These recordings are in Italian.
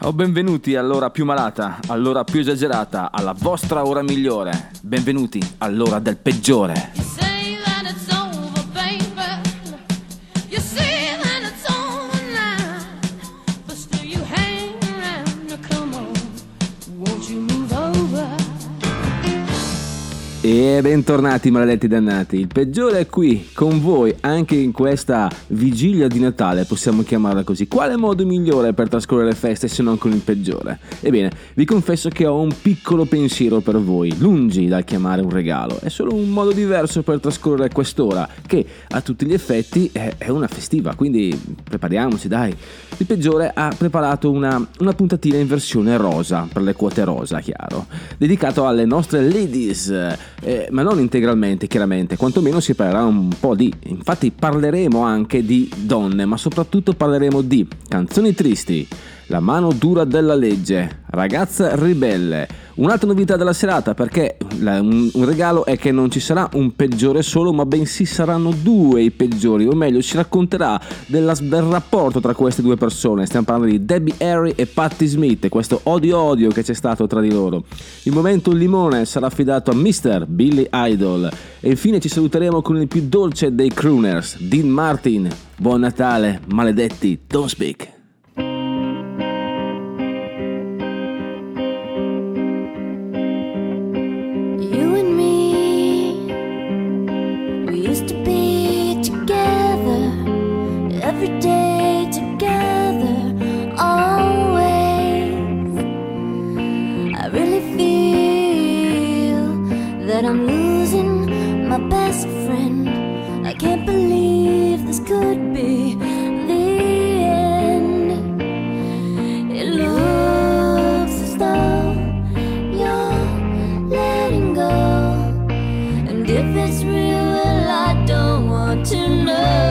O benvenuti all'ora più malata, all'ora più esagerata, alla vostra ora migliore. Benvenuti all'ora del peggiore. E bentornati maledetti dannati, il peggiore è qui con voi anche in questa vigilia di Natale, possiamo chiamarla così. Quale modo migliore per trascorrere le feste se non con il peggiore? Ebbene, vi confesso che ho un piccolo pensiero per voi, lungi dal chiamare un regalo. È solo un modo diverso per trascorrere quest'ora che a tutti gli effetti è una festiva, quindi prepariamoci dai. Il peggiore ha preparato una puntatina in versione rosa, per le quote rosa, chiaro, dedicato alle nostre ladies. Ma non integralmente, chiaramente, quantomeno si parlerà un po' di. Infatti parleremo anche di donne, ma soprattutto parleremo di canzoni tristi, la mano dura della legge, ragazza ribelle. Un'altra novità della serata, perché un regalo è che non ci sarà un peggiore solo, ma bensì saranno due i peggiori, o meglio si racconterà del rapporto tra queste due persone. Stiamo parlando di Debbie Harry e Patti Smith, questo odio che c'è stato tra di loro. Il momento limone sarà affidato a Mr. Billy Idol e infine ci saluteremo con il più dolce dei crooners, Dean Martin. Buon Natale, maledetti, don't speak. Every day together, always. I really feel that I'm losing my best friend. I can't believe this could be the end. It looks as though you're letting go, and if it's real, well, I don't want to know.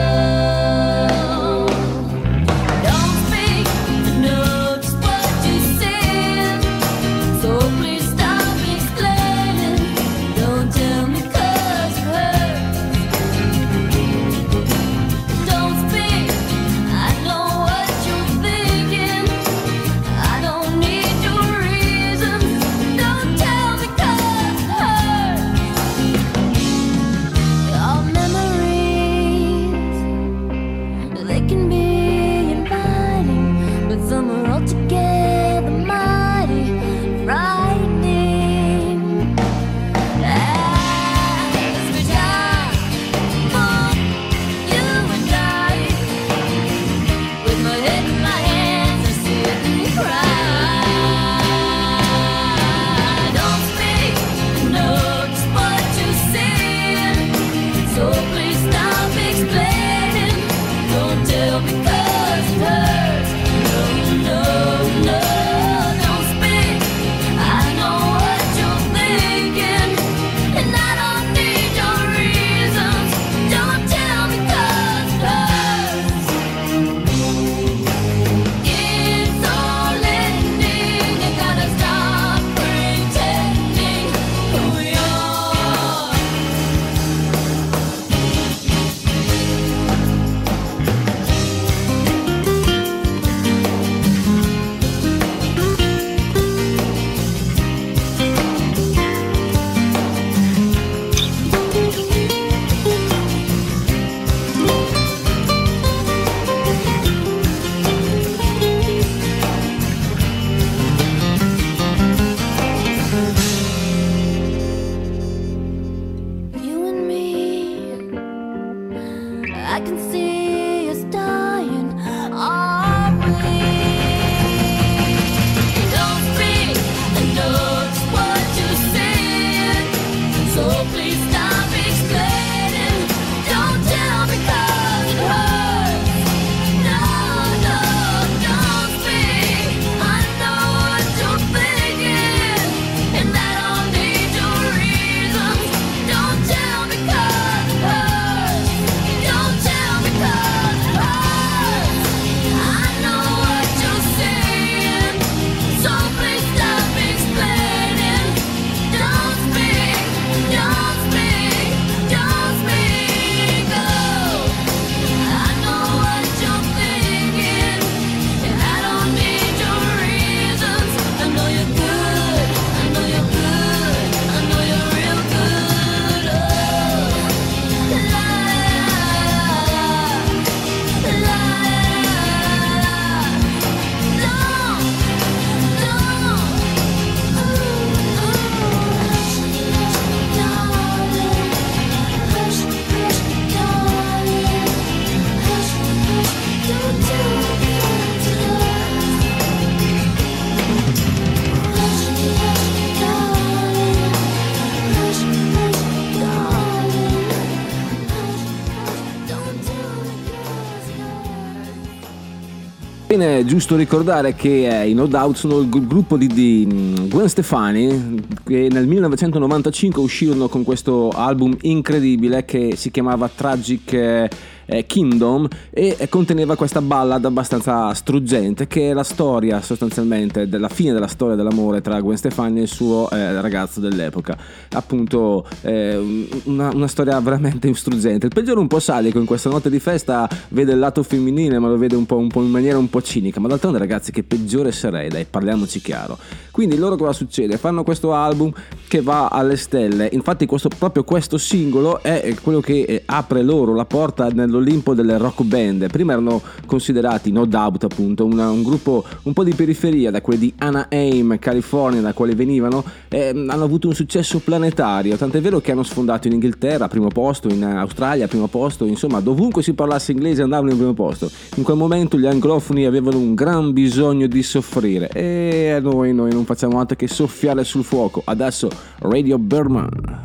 Bene, giusto ricordare che i No Doubt sono il gruppo di Gwen Stefani, che nel 1995 uscirono con questo album incredibile che si chiamava Tragic Kingdom e conteneva questa ballad abbastanza struggente che è la storia sostanzialmente della fine della storia dell'amore tra Gwen Stefani e il suo ragazzo dell'epoca, appunto una storia veramente struggente. Il peggiore un po' sadico in questa notte di festa vede il lato femminile, ma lo vede un po' in maniera un po' cinica, ma d'altronde ragazzi che peggiore sarei, dai, parliamoci chiaro. Quindi loro cosa succede? Fanno questo album che va alle stelle, infatti proprio questo singolo è quello che apre loro la porta nell'Olimpo delle rock band. Prima erano considerati No Doubt appunto un gruppo un po' di periferia, da quelli di Anaheim, California, da quale venivano, hanno avuto un successo planetario, tant'è vero che hanno sfondato in Inghilterra primo posto, in Australia primo posto, insomma dovunque si parlasse inglese andavano in primo posto. In quel momento gli anglofoni avevano un gran bisogno di soffrire e noi non facciamo altro che soffiare sul fuoco. Adesso Radio Birdman.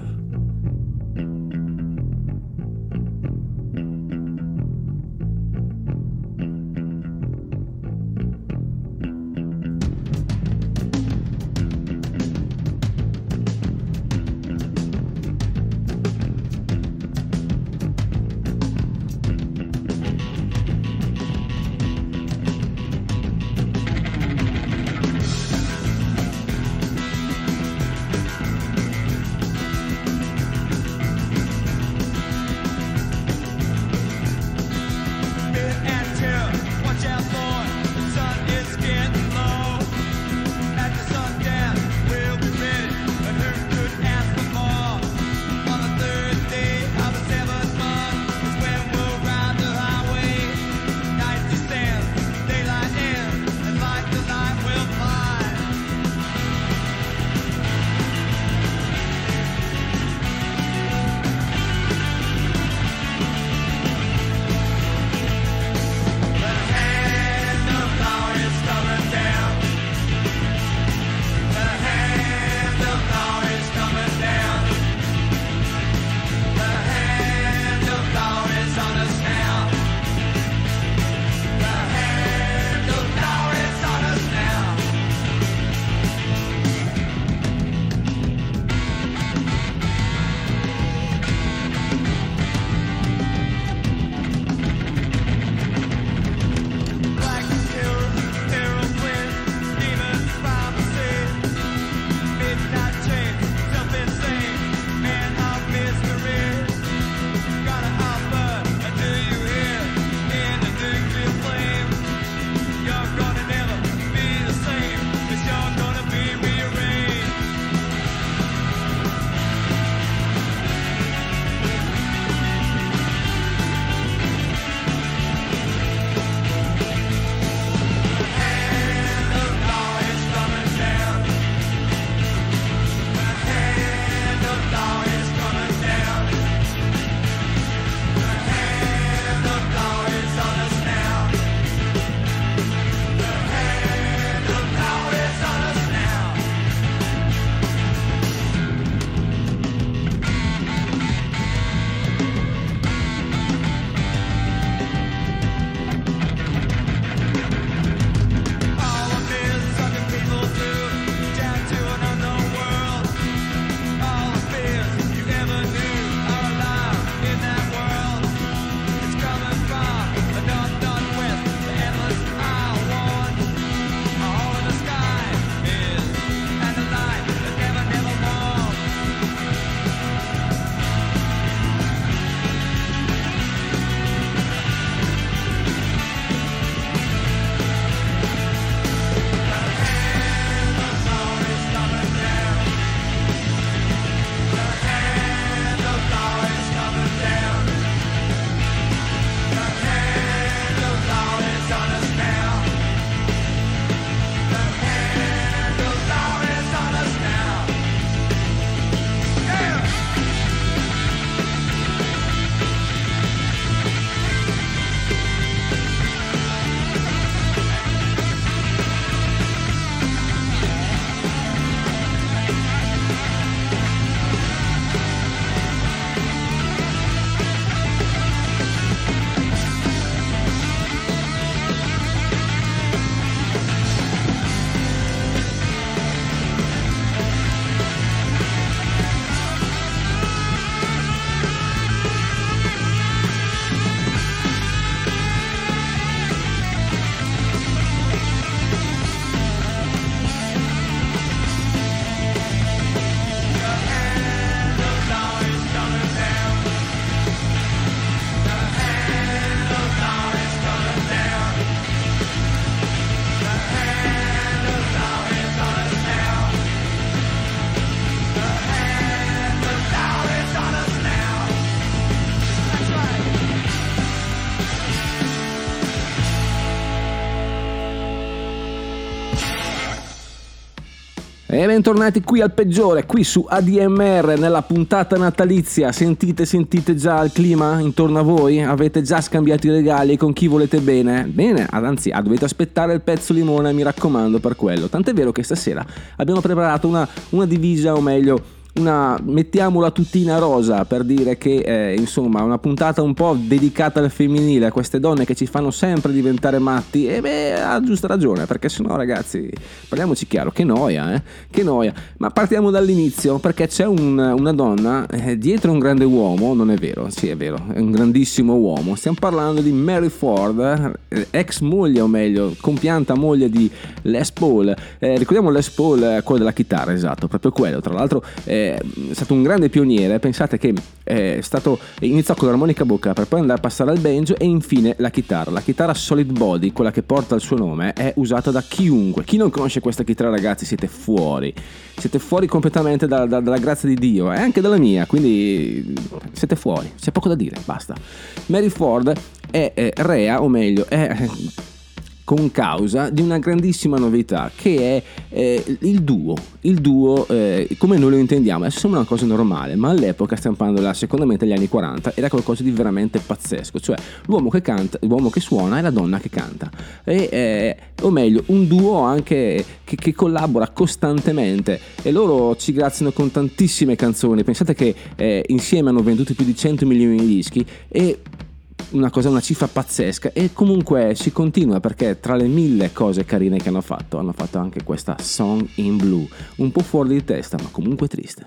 E bentornati qui al peggiore, qui su ADMR nella puntata natalizia. Sentite già il clima intorno a voi? Avete già scambiato i regali con chi volete bene? Bene, anzi, dovete aspettare il pezzo limone, mi raccomando, per quello. Tant'è vero che stasera abbiamo preparato una divisa, o meglio mettiamo la tutina rosa, per dire che insomma una puntata un po' dedicata al femminile, a queste donne che ci fanno sempre diventare matti. E beh, ha giusta ragione, perché sennò, ragazzi, parliamoci chiaro, che noia. Ma partiamo dall'inizio, perché c'è una donna dietro un grande uomo. Non è vero? Sì, è vero, è un grandissimo uomo. Stiamo parlando di Mary Ford, ex moglie, o meglio compianta moglie di Les Paul. Ricordiamo Les Paul, quello della chitarra, esatto, proprio quello. Tra l'altro è stato un grande pioniere. Pensate che iniziò con l'armonica a bocca per poi andare a passare al banjo e infine la chitarra Solid Body, quella che porta il suo nome, è usata da chiunque. Chi non conosce questa chitarra, ragazzi, siete fuori completamente dalla grazia di Dio, e anche dalla mia, quindi siete fuori, c'è poco da dire, basta. Mary Ford è rea, o meglio è con causa di una grandissima novità, che è il duo come noi lo intendiamo. Adesso sembra una cosa normale, ma all'epoca, stiamo parlando della seconda metà degli anni 40, era qualcosa di veramente pazzesco. Cioè l'uomo che canta, l'uomo che suona e la donna che canta, o meglio un duo anche che collabora costantemente, e loro ci graziano con tantissime canzoni. Pensate che insieme hanno venduto più di 100 milioni di dischi, e una cifra pazzesca. E comunque si continua, perché tra le 1000 cose carine che hanno fatto anche questa Song in Blue, un po' fuori di testa ma comunque triste.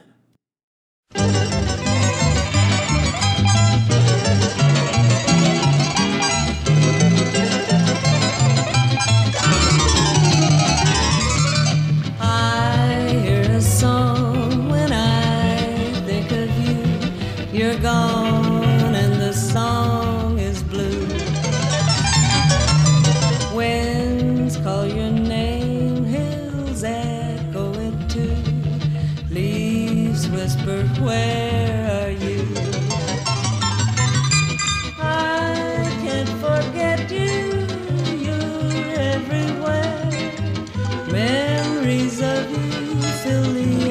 I hear a song when I think of you. You're gone and the song is blue. Winds call your name, hills echo it too. Leaves whisper, where are you? I can't forget you, you're everywhere. Memories of you fill the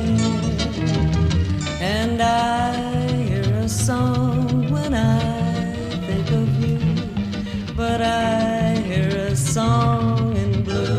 air, and I hear a song when I think of you, but I hear a song in blue.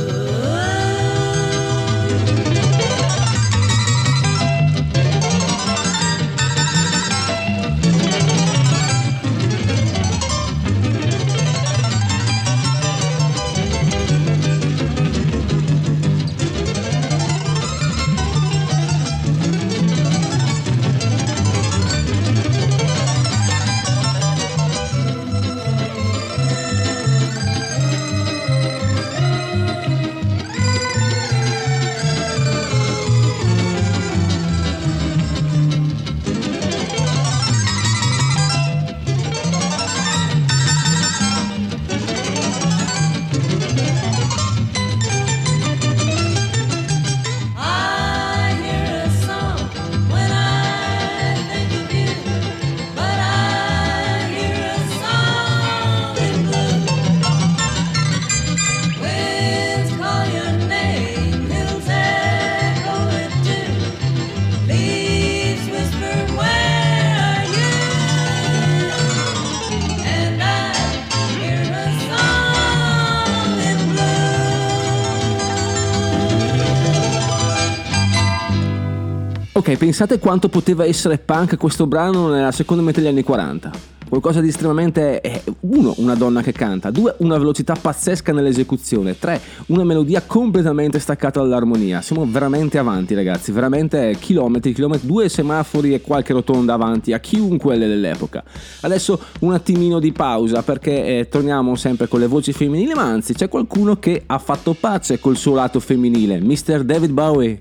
Ok, pensate quanto poteva essere punk questo brano nella seconda metà degli anni 40. Qualcosa di estremamente... 1. Una donna che canta. 2. Una velocità pazzesca nell'esecuzione. 3. Una melodia completamente staccata dall'armonia. Siamo veramente avanti, ragazzi, veramente chilometri, 2 semafori e qualche rotonda avanti a chiunque dell'epoca. Adesso un attimino di pausa, perché torniamo sempre con le voci femminili, ma anzi c'è qualcuno che ha fatto pace col suo lato femminile, Mr. David Bowie.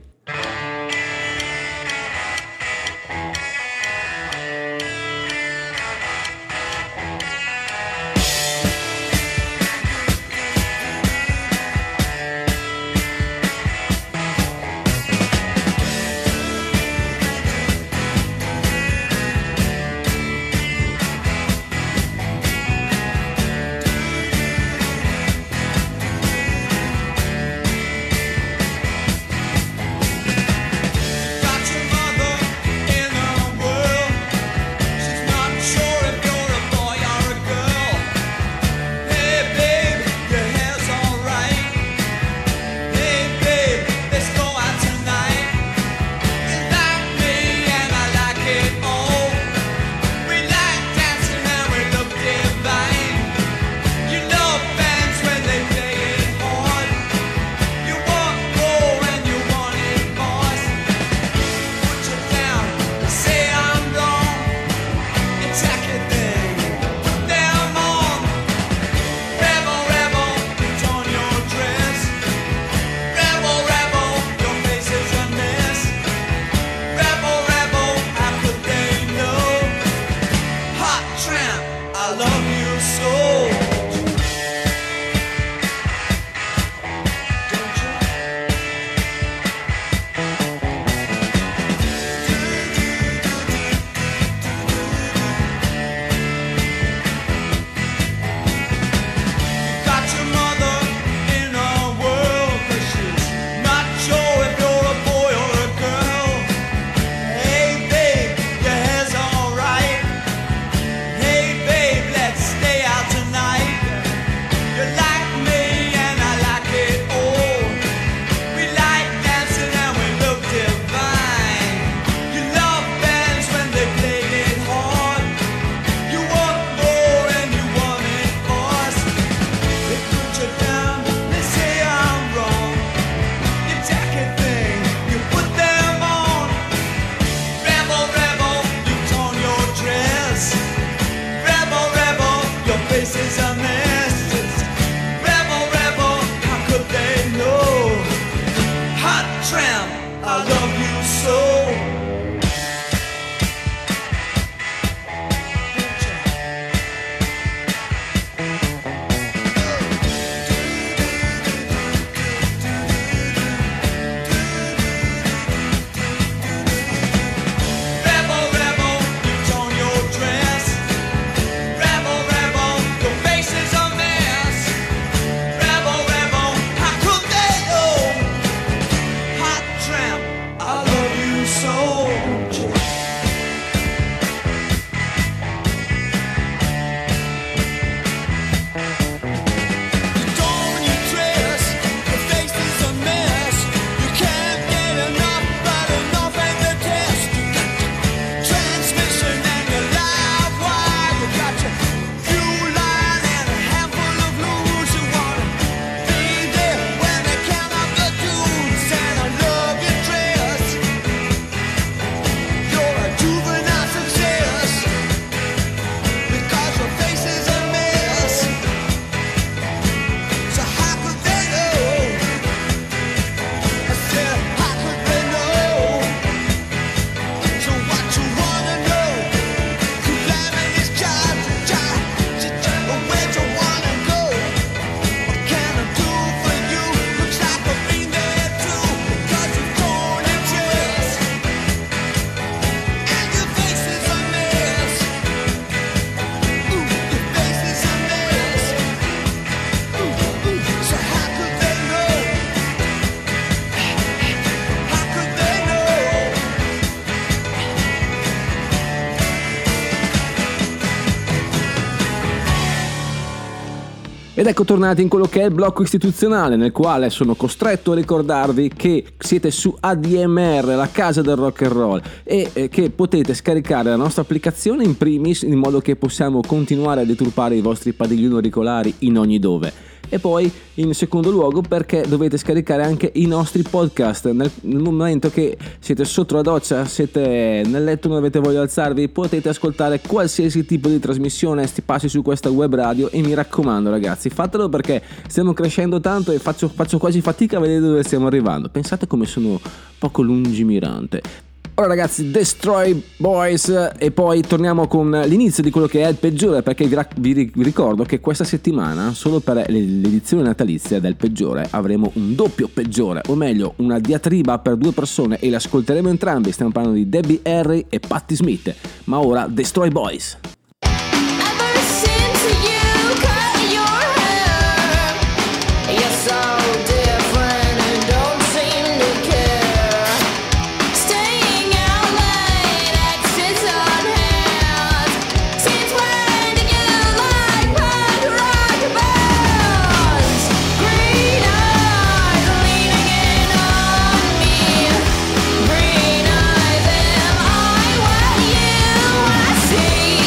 Ed ecco tornati in quello che è il blocco istituzionale, nel quale sono costretto a ricordarvi che siete su ADMR, la casa del rock and roll, e che potete scaricare la nostra applicazione in primis, in modo che possiamo continuare a deturpare i vostri padiglioni auricolari in ogni dove. E poi in secondo luogo perché dovete scaricare anche i nostri podcast nel momento che siete sotto la doccia, siete nel letto, non avete voglia di alzarvi, potete ascoltare qualsiasi tipo di trasmissione sti passi su questa web radio. E mi raccomando ragazzi, fatelo, perché stiamo crescendo tanto e faccio quasi fatica a vedere dove stiamo arrivando. Pensate come sono poco lungimirante. Ora ragazzi, Destroy Boys, e poi torniamo con l'inizio di quello che è il peggiore, perché vi ricordo che questa settimana, solo per l'edizione natalizia del peggiore, avremo un doppio peggiore, o meglio una diatriba per due persone, e le ascolteremo entrambi. Stiamo parlando di Debbie Harry e Patti Smith. Ma ora Destroy Boys. Ever since you cut your hair, you're so different and don't seem to care. Staying out late, exes on hand. Since when did you like punk rock bands? Green eyes leaning in on me. Green eyes, am I what you wanna see?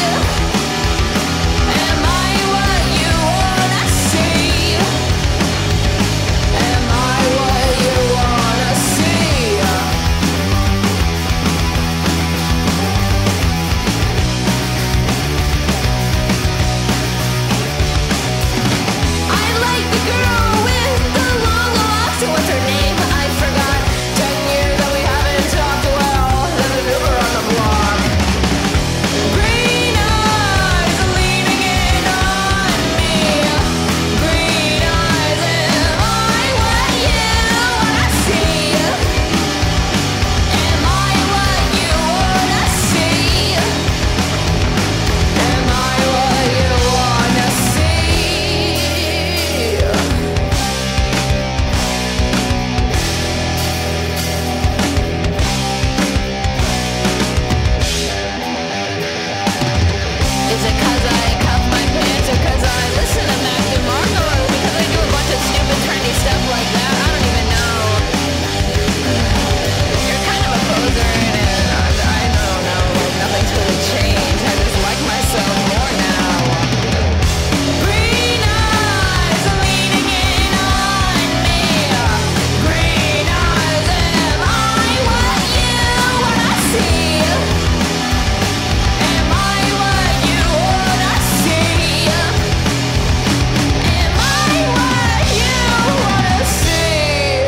Am I what you wanna see? Am I what you wanna see? I like the girl with the long locks. What's her name? I forgot. 10 years that we haven't talked. Well, there's a new girl on the block. Green eyes leaning in on me. Green eyes, am I what you wanna see? Am I what you wanna see? Am I what you wanna see? Is it 'cause I cuff my pants, or 'cause I listen to Mac DeMarco, or because I do a bunch of stupid trendy stuff like that? I don't even know. You're kind of a poser, and I don't know. Nothing's really changed. I just like myself more now. Green eyes leaning in on me. Green eyes, am I what you wanna see? Am I what you wanna see? Am I what you wanna see?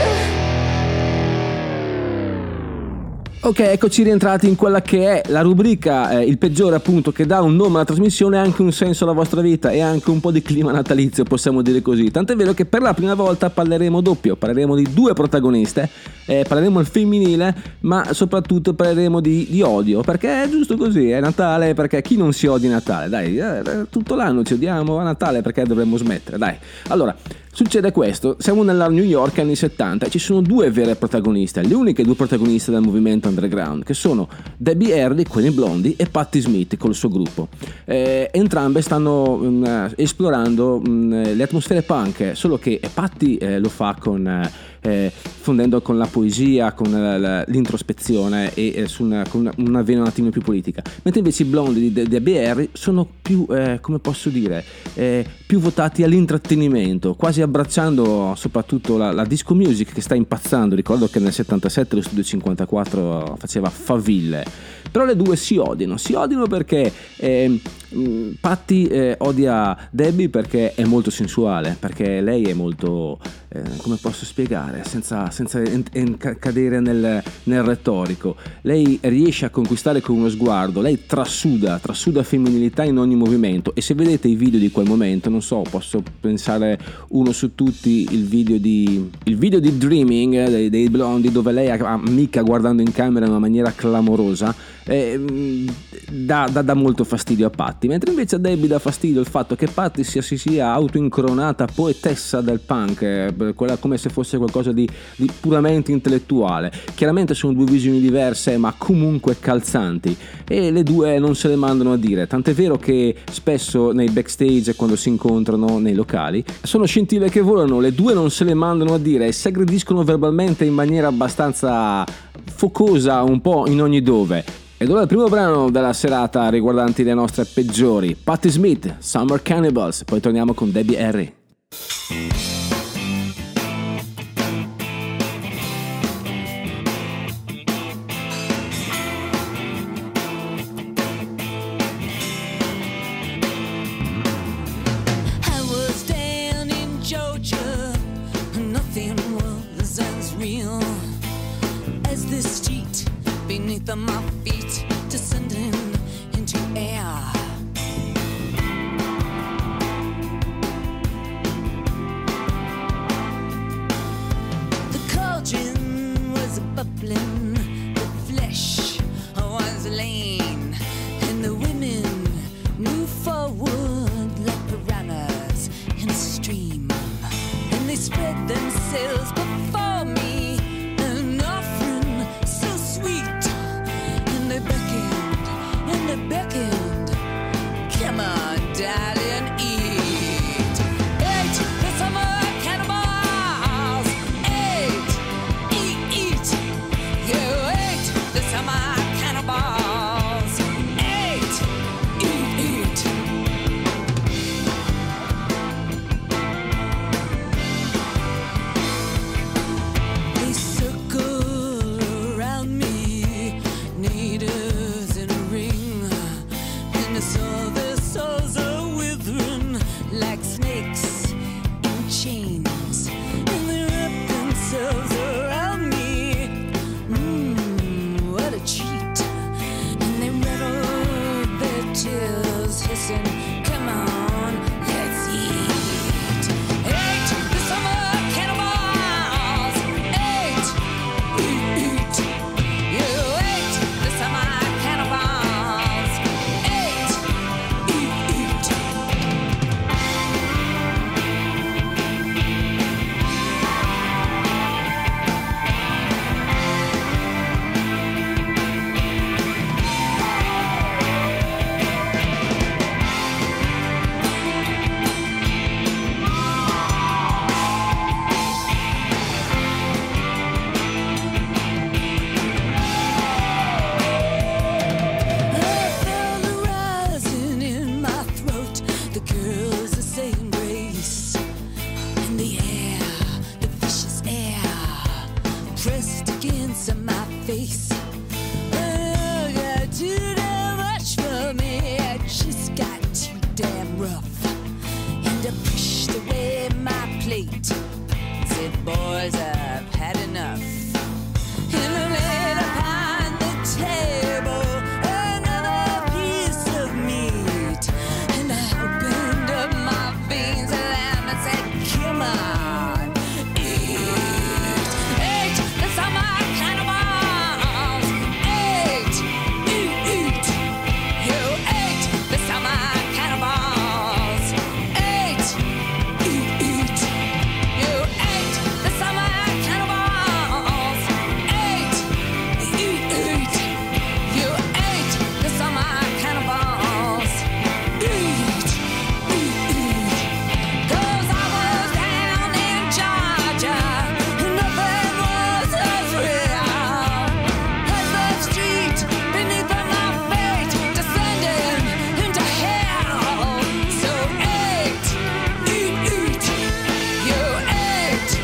Ok, eccoci rientrati in quella che è la rubrica il peggiore, appunto, che dà un nome alla trasmissione e anche un senso alla vostra vita e anche un po' di clima natalizio, possiamo dire così. Tant'è vero che per la prima volta parleremo doppio, parleremo di due protagoniste, parleremo al femminile, ma soprattutto parleremo di odio, perché è giusto così, è Natale, perché chi non si odia Natale? Dai, tutto l'anno ci odiamo, a Natale perché dovremmo smettere, dai. Allora, succede questo, siamo nella New York anni 70 e ci sono due vere protagoniste, le uniche due protagoniste del movimento underground, che sono Debbie Harry, quelle blondi, e Patti Smith col suo gruppo. Entrambe stanno esplorando le atmosfere punk, solo che Patti lo fa fondendo con la poesia, con l'introspezione e con una vena un attimo più politica, mentre invece i blondi di Debbie Harry sono più, come posso dire, più votati all'intrattenimento, quasi abbracciando soprattutto la disco music che sta impazzando. Ricordo che nel 77 lo Studio 54 faceva faville, però le due si odiano perché Patti odia Debbie perché è molto sensuale, perché lei è molto come posso spiegare senza cadere nel retorico. Lei riesce a conquistare con uno sguardo, lei trasuda femminilità in ogni movimento, e se vedete i video di quel momento, non so, posso pensare uno su tutti, il video di Dreaming dei blondi, dove lei amica guardando in camera in una maniera clamorosa. dà molto fastidio a Patti, mentre invece a Debbie dà fastidio il fatto che Patti si sia autoincoronata poetessa del punk, quella come se fosse qualcosa di puramente intellettuale. Chiaramente sono due visioni diverse, ma comunque calzanti, e le due non se le mandano a dire, tant'è vero che spesso nei backstage, quando si incontrano nei locali, sono scintille che volano, le due non se le mandano a dire e si aggrediscono verbalmente in maniera abbastanza focosa un po' in ogni dove. Ed ora il primo brano della serata riguardanti le nostre peggiori, Patti Smith, Summer Cannibals, poi torniamo con Debbie Harry. I was down in Georgia, nothing was as real as this street beneath my feet, descending into air. The cauldron was bubbling, the flesh was lean, and the women moved forward like piranhas in a stream, and they spread themselves before me, an offering so sweet, and they beckoned, come on, darling, eat. Eat the summer cannibals, eat, you ate the summer cannibals, eat. They circle around me, natives in a ring, and I saw their souls are withering like snakes in chains, and they wrap themselves around me. What a treat! And they rattle their tails, hissing, come on, let's eat. Eat the summer cannibals, eat. You ate the summer cannibals, eat. I feel the rising in my throat. The girls are saying grace. In the air, the vicious air pressed against my face. Oh, got too damn much for me. I just got too damn rough. And I pushed away my plate. Said, boys, I've had enough. And I laid upon the table another piece of meat, and I opened up my veins and I said, come on, eat. Eat the summer cannibals, eat. You ate the summer cannibals, eat. You ate the summer cannibals, eat. You ate the summer cannibals, eat. 'Cause I was down in Georgia, nothing was as real as the street beneath my feet, descending into hell. So eat. You ate. You ate.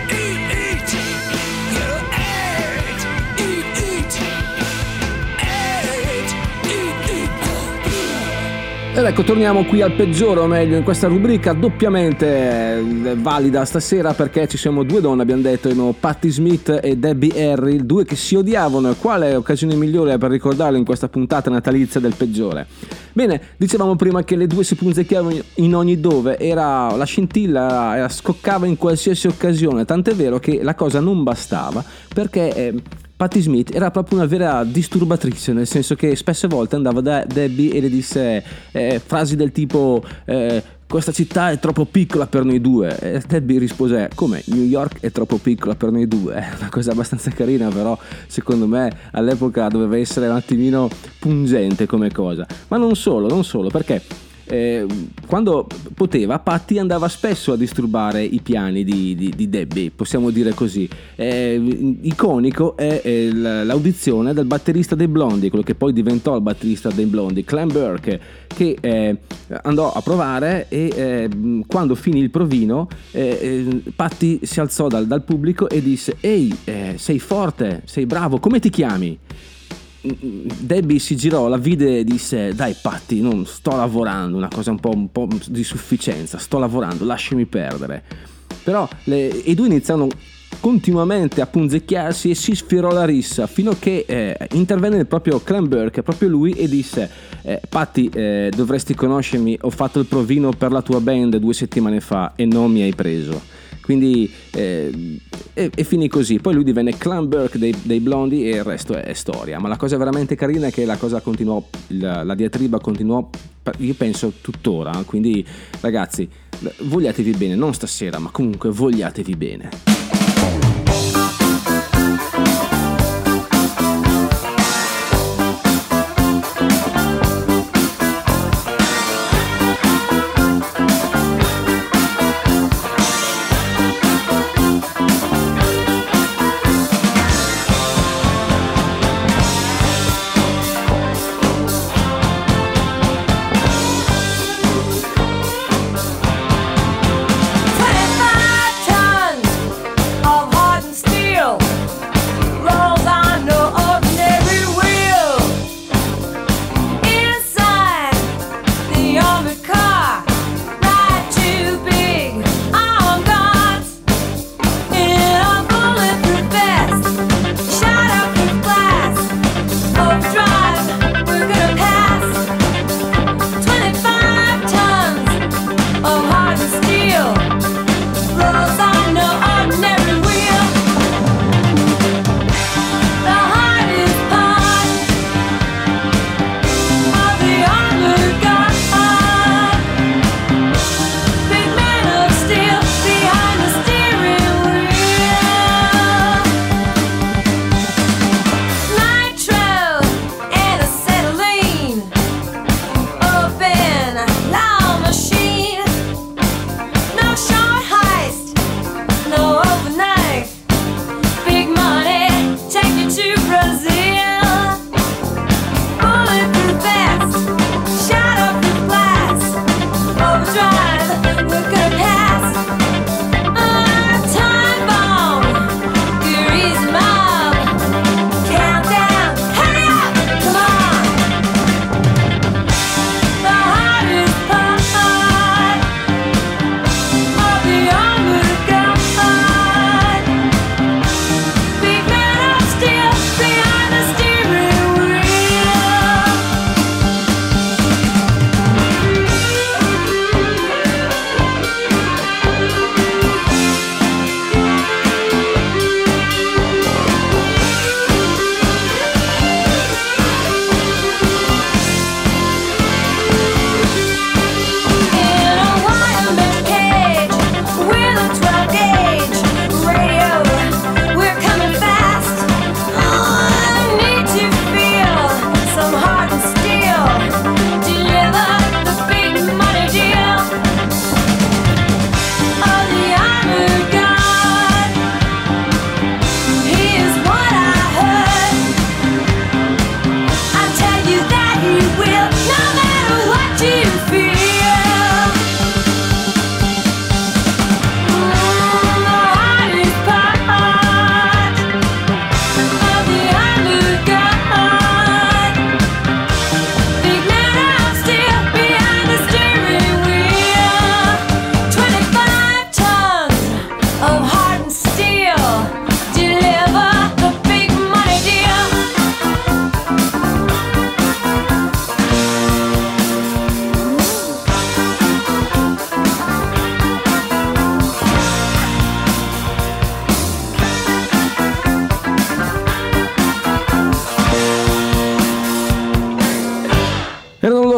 Ed ecco, torniamo qui al peggiore, o meglio in questa rubrica doppiamente valida stasera, perché ci siamo due donne, abbiamo detto, erano Patti Smith e Debbie Harry, due che si odiavano, e quale occasione migliore per ricordarlo in questa puntata natalizia del peggiore. Bene, dicevamo prima che le due si punzecchiavano in ogni dove, era la scintilla, scoccava in qualsiasi occasione, tant'è vero che la cosa non bastava, perché Patti Smith era proprio una vera disturbatrice, nel senso che spesse volte andava da Debbie e le disse frasi del tipo questa città è troppo piccola per noi due, e Debbie rispose come New York è troppo piccola per noi due. È una cosa abbastanza carina, però secondo me all'epoca doveva essere un attimino pungente come cosa. Ma non solo, perché quando poteva Patti andava spesso a disturbare i piani di Debbie, possiamo dire così. Iconico è l'audizione del batterista dei Blondie, quello che poi diventò il batterista dei Blondie, Clem Burke, che andò a provare e quando finì il provino Patti si alzò dal pubblico e disse: ehi, sei forte, sei bravo, come ti chiami? Debbie si girò, la vide e disse: dai Patti, non sto lavorando, una cosa un po' di sufficienza, sto lavorando, lasciami perdere. Però i due iniziarono continuamente a punzecchiarsi e si sfiorò la rissa, fino a che intervenne proprio Clem Burke, proprio lui, e disse: Patti, dovresti conoscermi, ho fatto il provino per la tua band 2 settimane fa e non mi hai preso. Quindi e finì così. Poi lui divenne Clem Burke dei Blondie e il resto è storia. Ma la cosa veramente carina è che la cosa continuò, la diatriba continuò, io penso tuttora. Quindi ragazzi, vogliatevi bene, non stasera, ma comunque vogliatevi bene.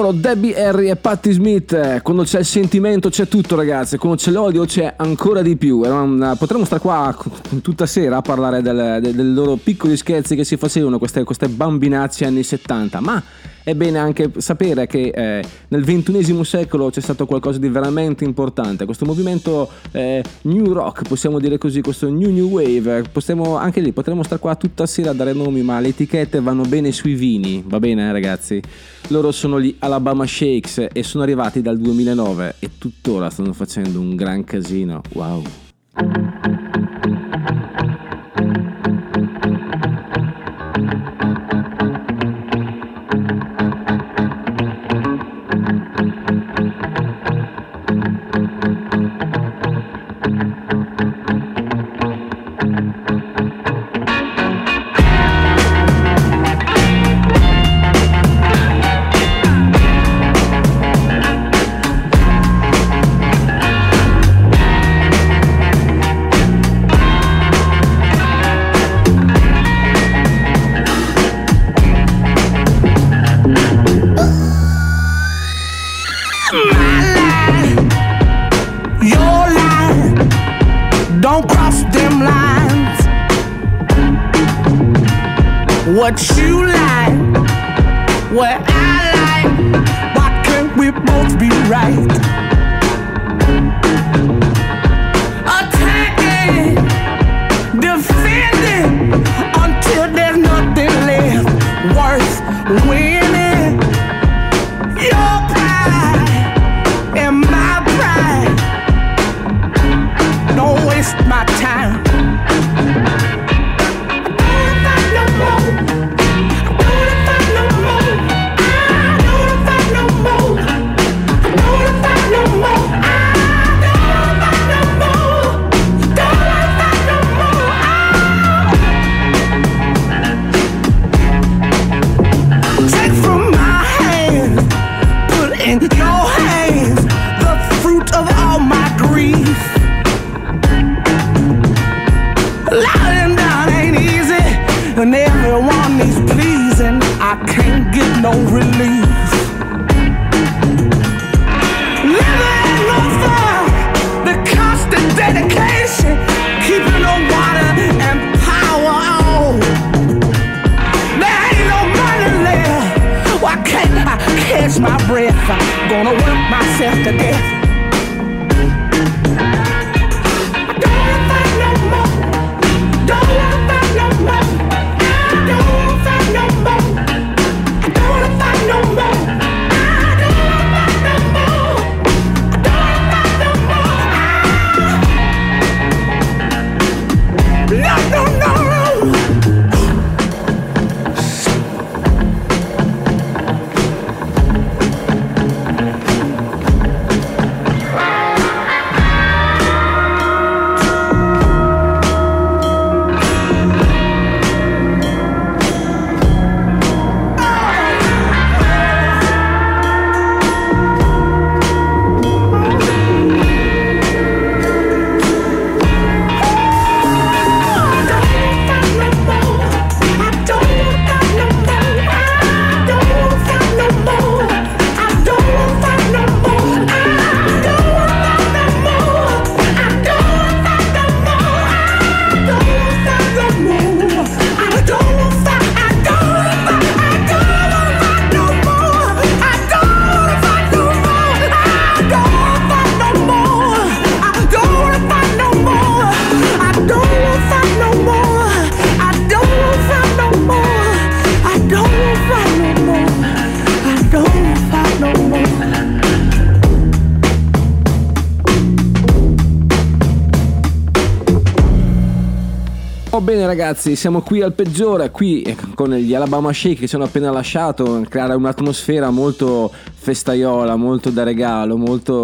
loro Debbie Harry e Patti Smith. Quando c'è il sentimento c'è tutto, ragazzi, quando c'è l'odio c'è ancora di più. Potremmo stare qua tutta sera a parlare dei loro piccoli scherzi che si facevano, queste bambinazze anni 70, ma è bene anche sapere che nel XXI secolo c'è stato qualcosa di veramente importante, questo movimento new rock, possiamo dire così, questo new wave. Anche lì potremmo stare qua tutta sera a dare nomi, ma le etichette vanno bene sui vini, va bene, ragazzi? Loro sono gli Alabama Shakes e sono arrivati dal 2009 e tuttora stanno facendo un gran casino. Wow. What you like, what I like, why can't we both be right? Attacking, defending, until there's nothing left worth winning. Your pride and my pride, don't waste my time. And everyone is pleasing, I can't get no relief. Living on fire, the constant dedication, keeping the water and power on. There ain't no money left, why can't I catch my breath? I'm gonna work myself to death. Bene ragazzi, siamo qui al peggiore, qui con gli Alabama Shake che ci hanno appena lasciato, creare un'atmosfera molto festaiola, molto da regalo,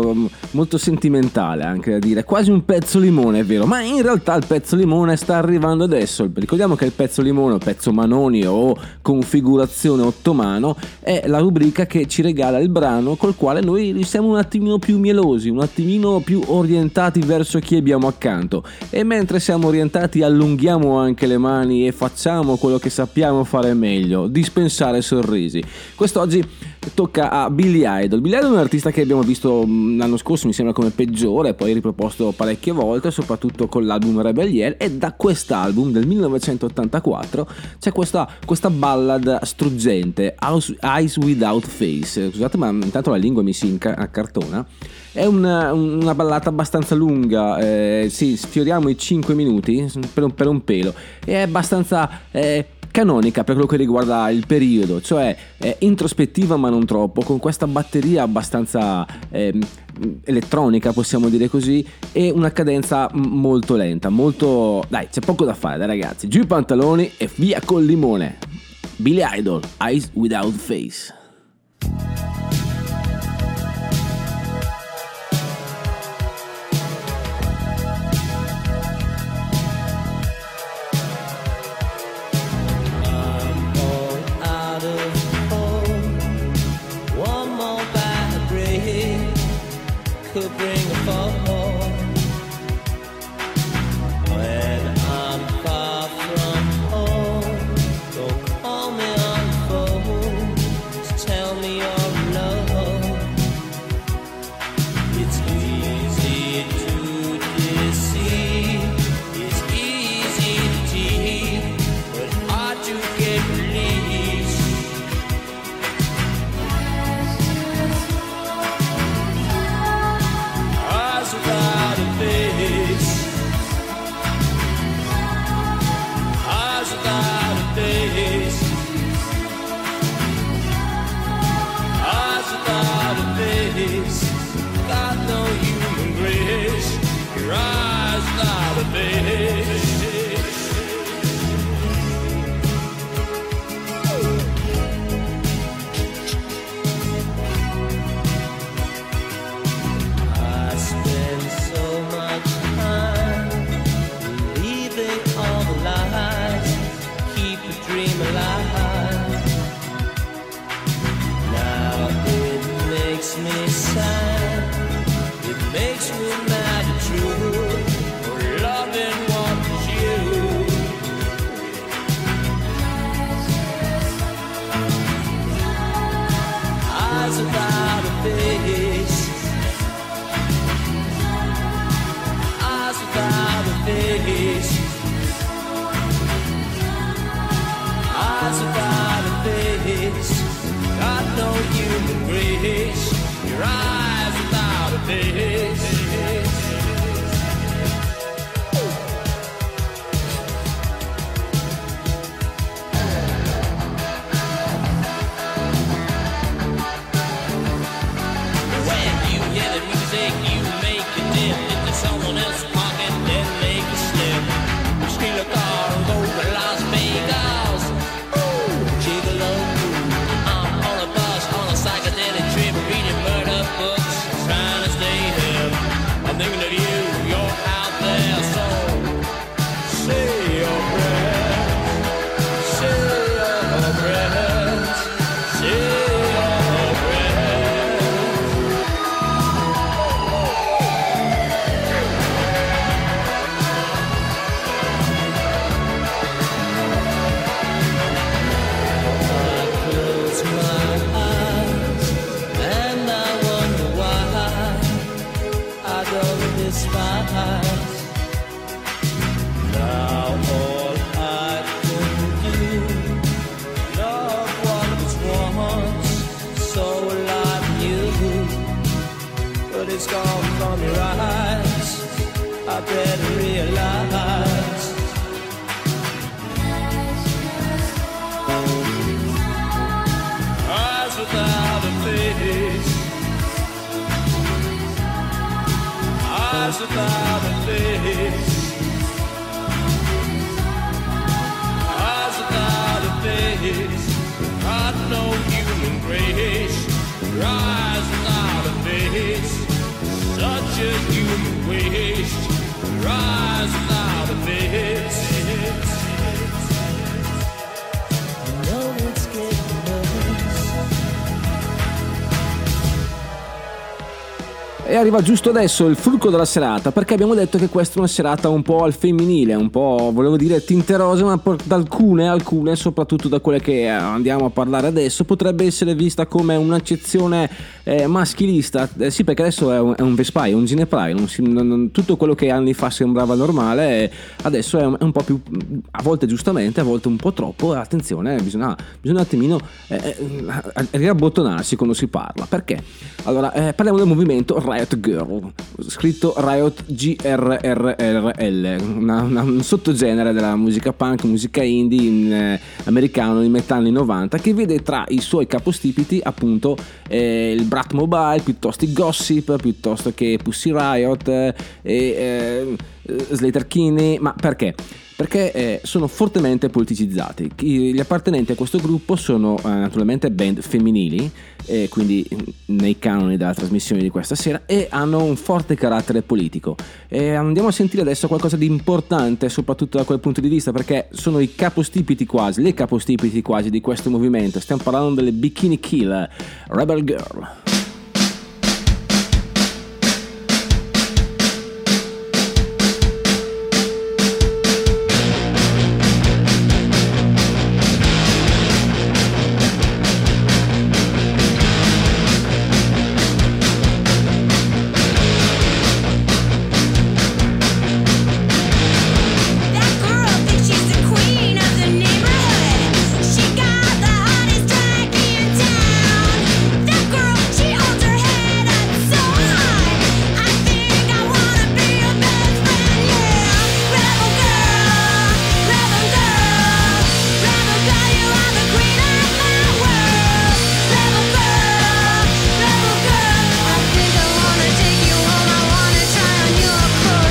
molto sentimentale anche da dire, quasi un pezzo limone, è vero, ma in realtà il pezzo limone sta arrivando adesso. Ricordiamo che il pezzo limone o pezzo Manoni o configurazione ottomano è la rubrica che ci regala il brano col quale noi siamo un attimino più mielosi, un attimino più orientati verso chi abbiamo accanto, e mentre siamo orientati allunghiamo anche le mani e facciamo quello che sappiamo fare meglio, dispensare sorrisi. Quest'oggi tocca a Billy Idol. Billy Idol è un artista che abbiamo visto l'anno scorso, mi sembra, come peggiore, poi riproposto parecchie volte, soprattutto con l'album Rebel, e da quest'album del 1984 c'è questa ballad struggente, Eyes Without Face. Scusate, ma intanto la lingua mi si accartona. È una ballata abbastanza lunga, sì, sfioriamo i 5 minuti per un pelo, e è abbastanza canonica per quello che riguarda il periodo, cioè introspettiva ma non troppo, con questa batteria abbastanza elettronica, possiamo dire così, e una cadenza molto lenta, molto... Dai, c'è poco da fare, dai ragazzi, giù i pantaloni e via col limone. Billy Idol, Eyes Without Face. Could bring a fall when I'm far from home. Don't call me on the phone to tell me you're alone. It's easy to deceive, it's easy to cheat, but hard to get released. Without a face, eyes without a face, eyes without a face, got no human grace, your eyes without a face. Dream alive. Now it makes me sad, it makes me mad and true, for loving what is you. Eyes without a face, eyes without a face, eyes without a face, got no human grace, your eyes without a face. When you hear the music, you make it dip into someone else's pocket, then make it slip. Steal a car and go to Las Vegas. I'm on a bus, on a psychedelic trip, reading murder books, trying to stay hip. I'm thinking of you, you're out there, so say your prayers, say your prayers, say your prayers. Close my eyes and I wonder why I don't despise. Now all I can do, love what was once so alive in you, but it's gone from your eyes, I better realize. Eyes without a face, eyes without a face, eyes without a face, got no human grace, your eyes without a face, such a human waste, your eyes without a face. You know it's getting worse. E arriva giusto adesso il fulcro della serata, perché abbiamo detto che questa è una serata un po' al femminile, un po', volevo dire, tinterosa, ma da alcune, soprattutto da quelle che andiamo a parlare adesso, potrebbe essere vista come un'accezione maschilista. Sì, perché adesso è un vespai, un ginepraio, tutto quello che anni fa sembrava normale, adesso è un po' più, a volte giustamente, a volte un po' troppo. Attenzione, bisogna un attimino riabbottonarsi quando si parla. Perché? Allora, parliamo del movimento Riot Girl, scritto Riot GRRL, un sottogenere della musica punk, musica indie americano di metà anni 90, che vede tra i suoi capostipiti appunto il Bratmobile, piuttosto i Gossip, piuttosto che Pussy Riot e Slater Kinney. Ma perché? Perché sono fortemente politicizzati. Gli appartenenti a questo gruppo sono naturalmente band femminili, quindi nei canoni della trasmissione di questa sera, e hanno un forte carattere politico. Andiamo a sentire adesso qualcosa di importante, soprattutto da quel punto di vista, perché sono le capostipiti quasi di questo movimento. Stiamo parlando delle Bikini Kill, Rebel Girl. That girl thinks she's the queen of the neighborhood. She got the hottest drag in town. That girl, she holds her head up so high. I think I wanna be your best friend, yeah. Rebel girl, rebel girl, rebel girl, you are the queen of my world. Rebel girl, rebel girl, I think I wanna take you home. I wanna try on your clothes.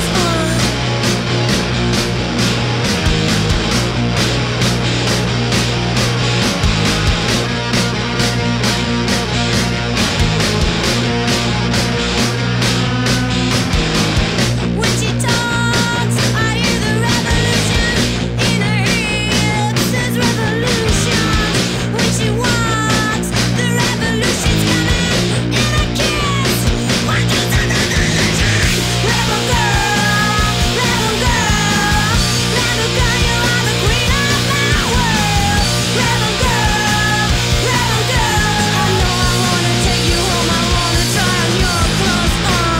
When she talks, I hear the revolution in her hips. Says revolution. When she walks, the revolution's coming in a kiss. What is the revolution? Rebel girl, rebel girl, rebel girl, you are the queen of my world. Rebel girl, rebel girl, I know I wanna take you home. I wanna try on your clothes.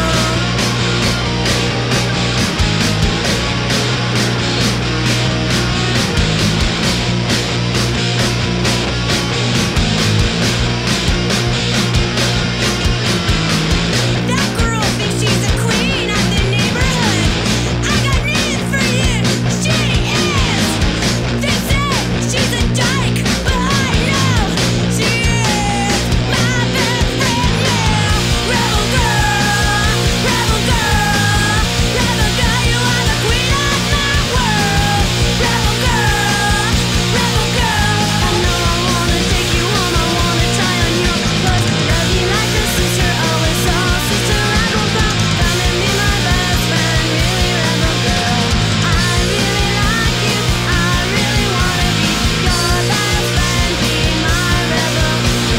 That girl thinks she's the queen of the neighborhood. I got news for you, she is. They say she's a dyke, but I know she is my best friend, yeah. Rebel girl, rebel girl, rebel girl, you are the queen of my world. Rebel girl, I know I wanna take you home. I wanna try on your clothes. Love you like a sister, always all sister. Rebel girl, come and be my best friend, really rebel girl. I really like you, I really wanna be your best friend, be my rebel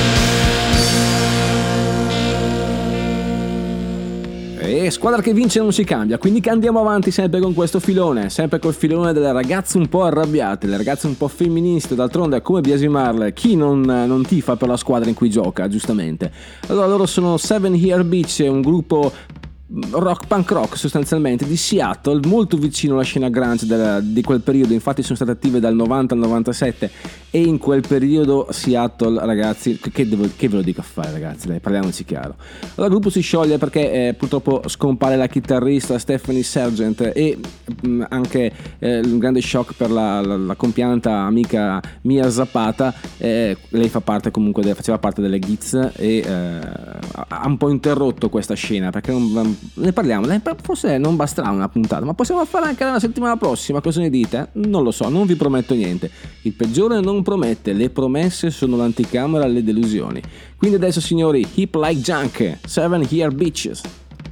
E squadra che vince non si cambia, quindi andiamo avanti sempre con questo filone, sempre col filone delle ragazze un po' arrabbiate, le ragazze un po' femministe. D'altronde, come biasimarle, chi non tifa per la squadra in cui gioca, giustamente. Allora, loro sono Seven Year Beach, un gruppo rock, punk rock sostanzialmente, di Seattle, molto vicino alla scena grunge di quel periodo. Infatti sono state attive dal 90 al 97, e in quel periodo Seattle, ragazzi, che ve lo dico a fare, ragazzi, dai, parliamoci chiaro. Allora il gruppo si scioglie perché purtroppo scompare la chitarrista Stephanie Sargent, e anche un grande shock per la compianta amica Mia Zapata. Lei faceva parte delle Giz, e ha un po' interrotto questa scena, perché ne parliamo, forse non basterà una puntata, ma possiamo fare anche la settimana prossima. Cosa ne dite? Non lo so, non vi prometto niente. Il peggiore non promette, le promesse sono l'anticamera alle delusioni. Quindi adesso, signori, Hip Like Junk, 7 Year Bitches.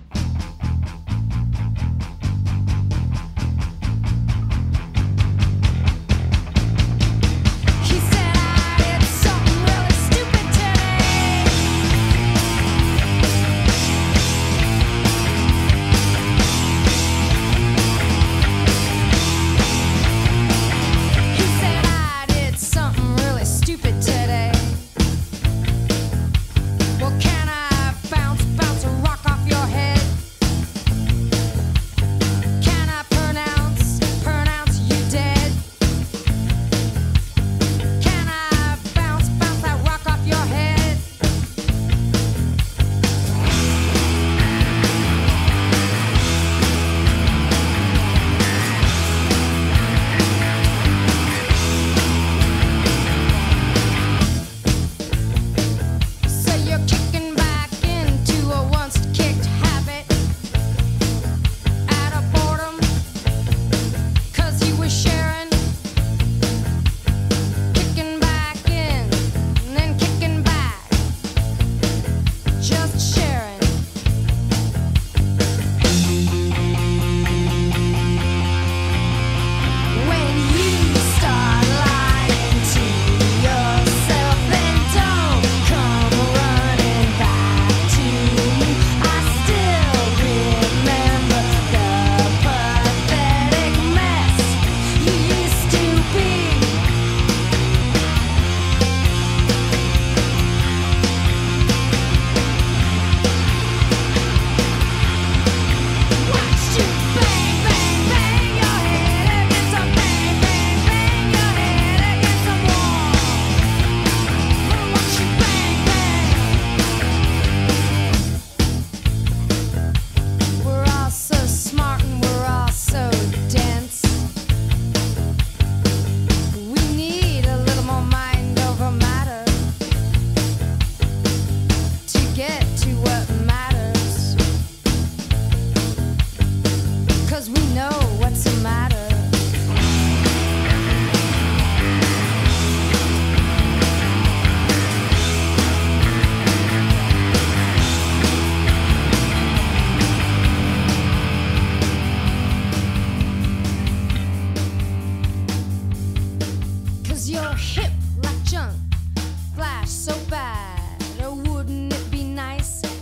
He said I did something really stupid today.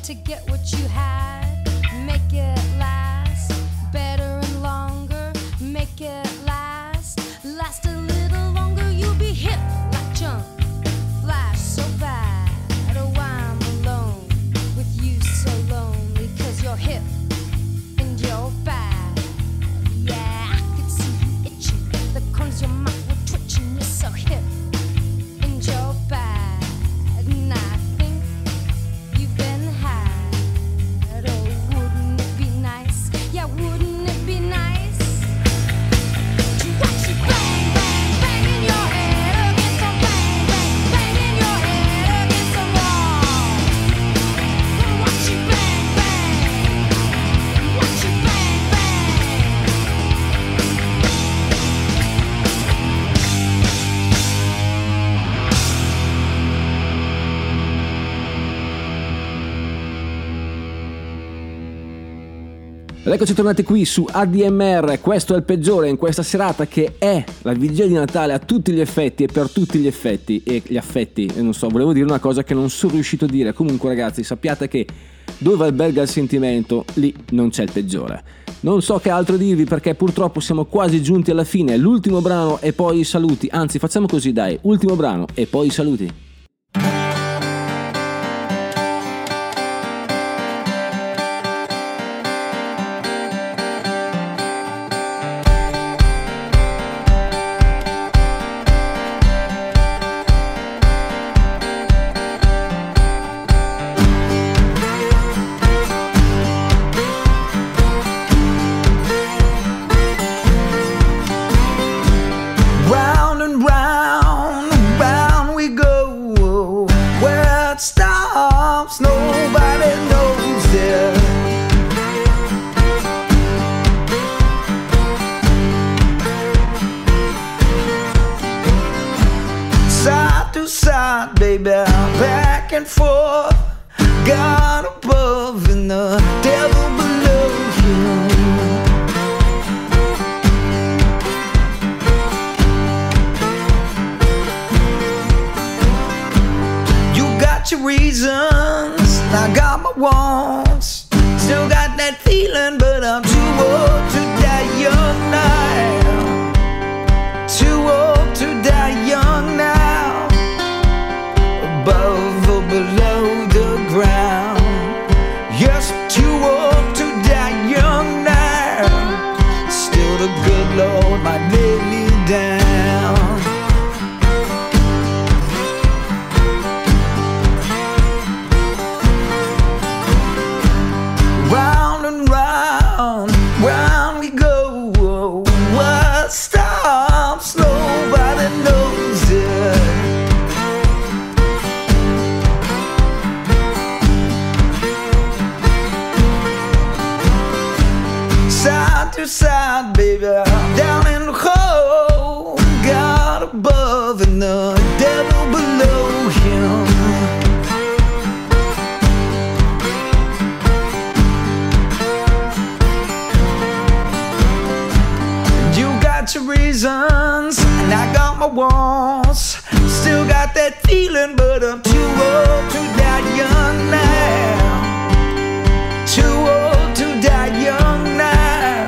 to get what you had. Make it last better and longer. Make it last a little longer. You'll be hip like junk, flash so bad. Oh, I'm alone with you, so lonely, 'cause you're hip and you're bad. Yeah, I could see you itching, the corners of your mouth were twitching. You're so hip and you're bad, and I think you've been had. Oh, wouldn't it be nice? Yeah, wouldn't it be nice to watch you bang, bang, banging your head against the bang, bang, banging your head against the wall. Gonna watch you bang, bang, watch you bang, bang. Ed eccoci tornati qui su ADMR, questo è il peggiore, in questa serata che è la vigilia di Natale a tutti gli effetti e per tutti gli effetti e gli affetti, e non so, volevo dire una cosa che non sono riuscito a dire. Comunque ragazzi, sappiate che dove alberga il sentimento, lì non c'è il peggiore. Non so che altro dirvi perché purtroppo siamo quasi giunti alla fine, l'ultimo brano e poi i saluti, anzi facciamo così dai, ultimo brano e poi i saluti. Round and round we go. Where it stops, nobody knows it. Side to side, baby, back and forth. God above and the devil below you. Your reasons, I got my wants. Still got that feeling, but I'm too old to die young now. Too old to die young now. Above or below the ground. Yes, I'm too old to die young now. Still the good Lord might lay me down. Round and round we go. What stops, nobody knows it. Side to side, baby, down in the hole. God above and the devil below him. Your reasons, and I got my wants. Still got that feeling, but I'm too old to die young now. Too old to die young now.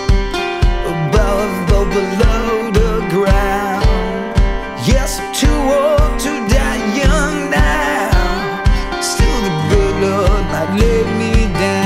Above or below the ground. Yes, I'm too old to die young now. Still the good Lord might lay me down.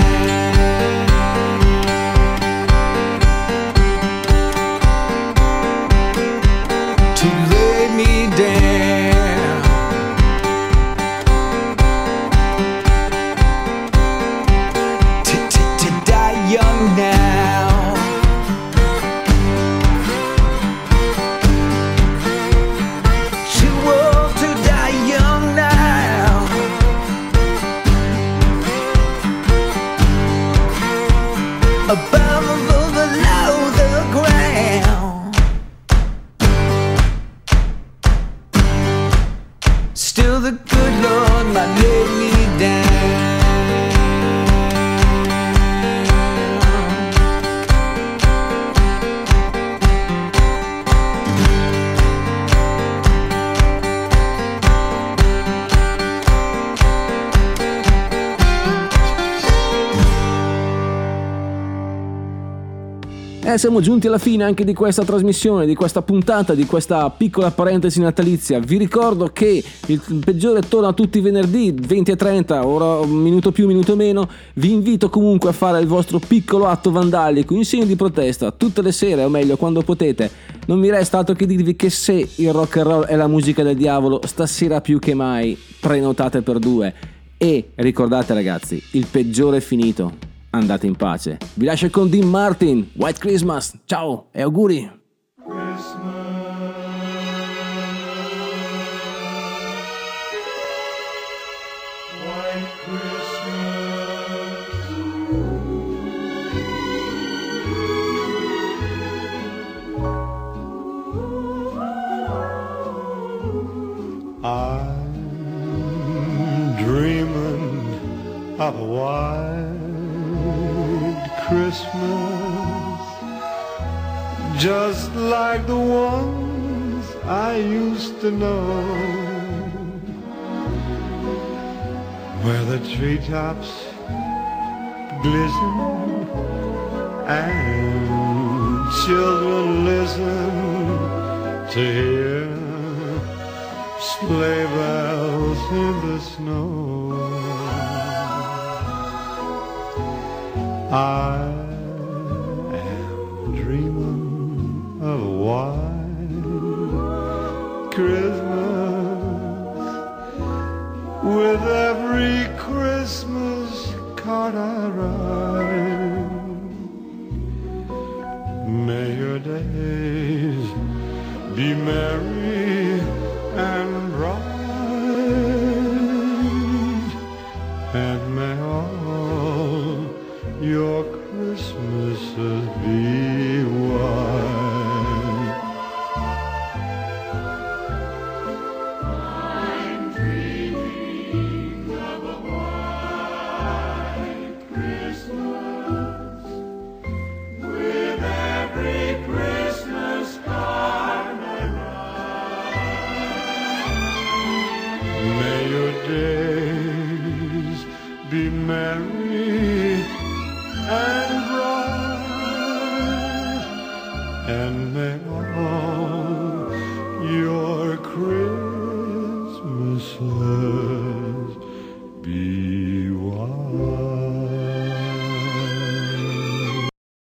Siamo giunti alla fine anche di questa trasmissione, di questa puntata, di questa piccola parentesi natalizia. Vi ricordo che il peggiore torna tutti i venerdì 20:30, ora un minuto più, un minuto meno. Vi invito comunque a fare il vostro piccolo atto vandalico in segno di protesta tutte le sere, o meglio quando potete. Non mi resta altro che dirvi che se il rock and roll è la musica del diavolo, stasera più che mai prenotate per 2. E ricordate ragazzi, il peggiore è finito. Andate in pace. Vi lascio con Dean Martin, White Christmas. Ciao e auguri. I'm dreaming of a white Christmas, just like the ones I used to know, where the treetops glisten and children listen to hear sleigh bells in the snow. I am dreaming of a white Christmas, with every Christmas card I write. May your days be merry and bright, and may all your Christmases be white. I'm dreaming of a white Christmas, with every Christmas card I write. May your days be merry and bright, and may all your Christmases be white.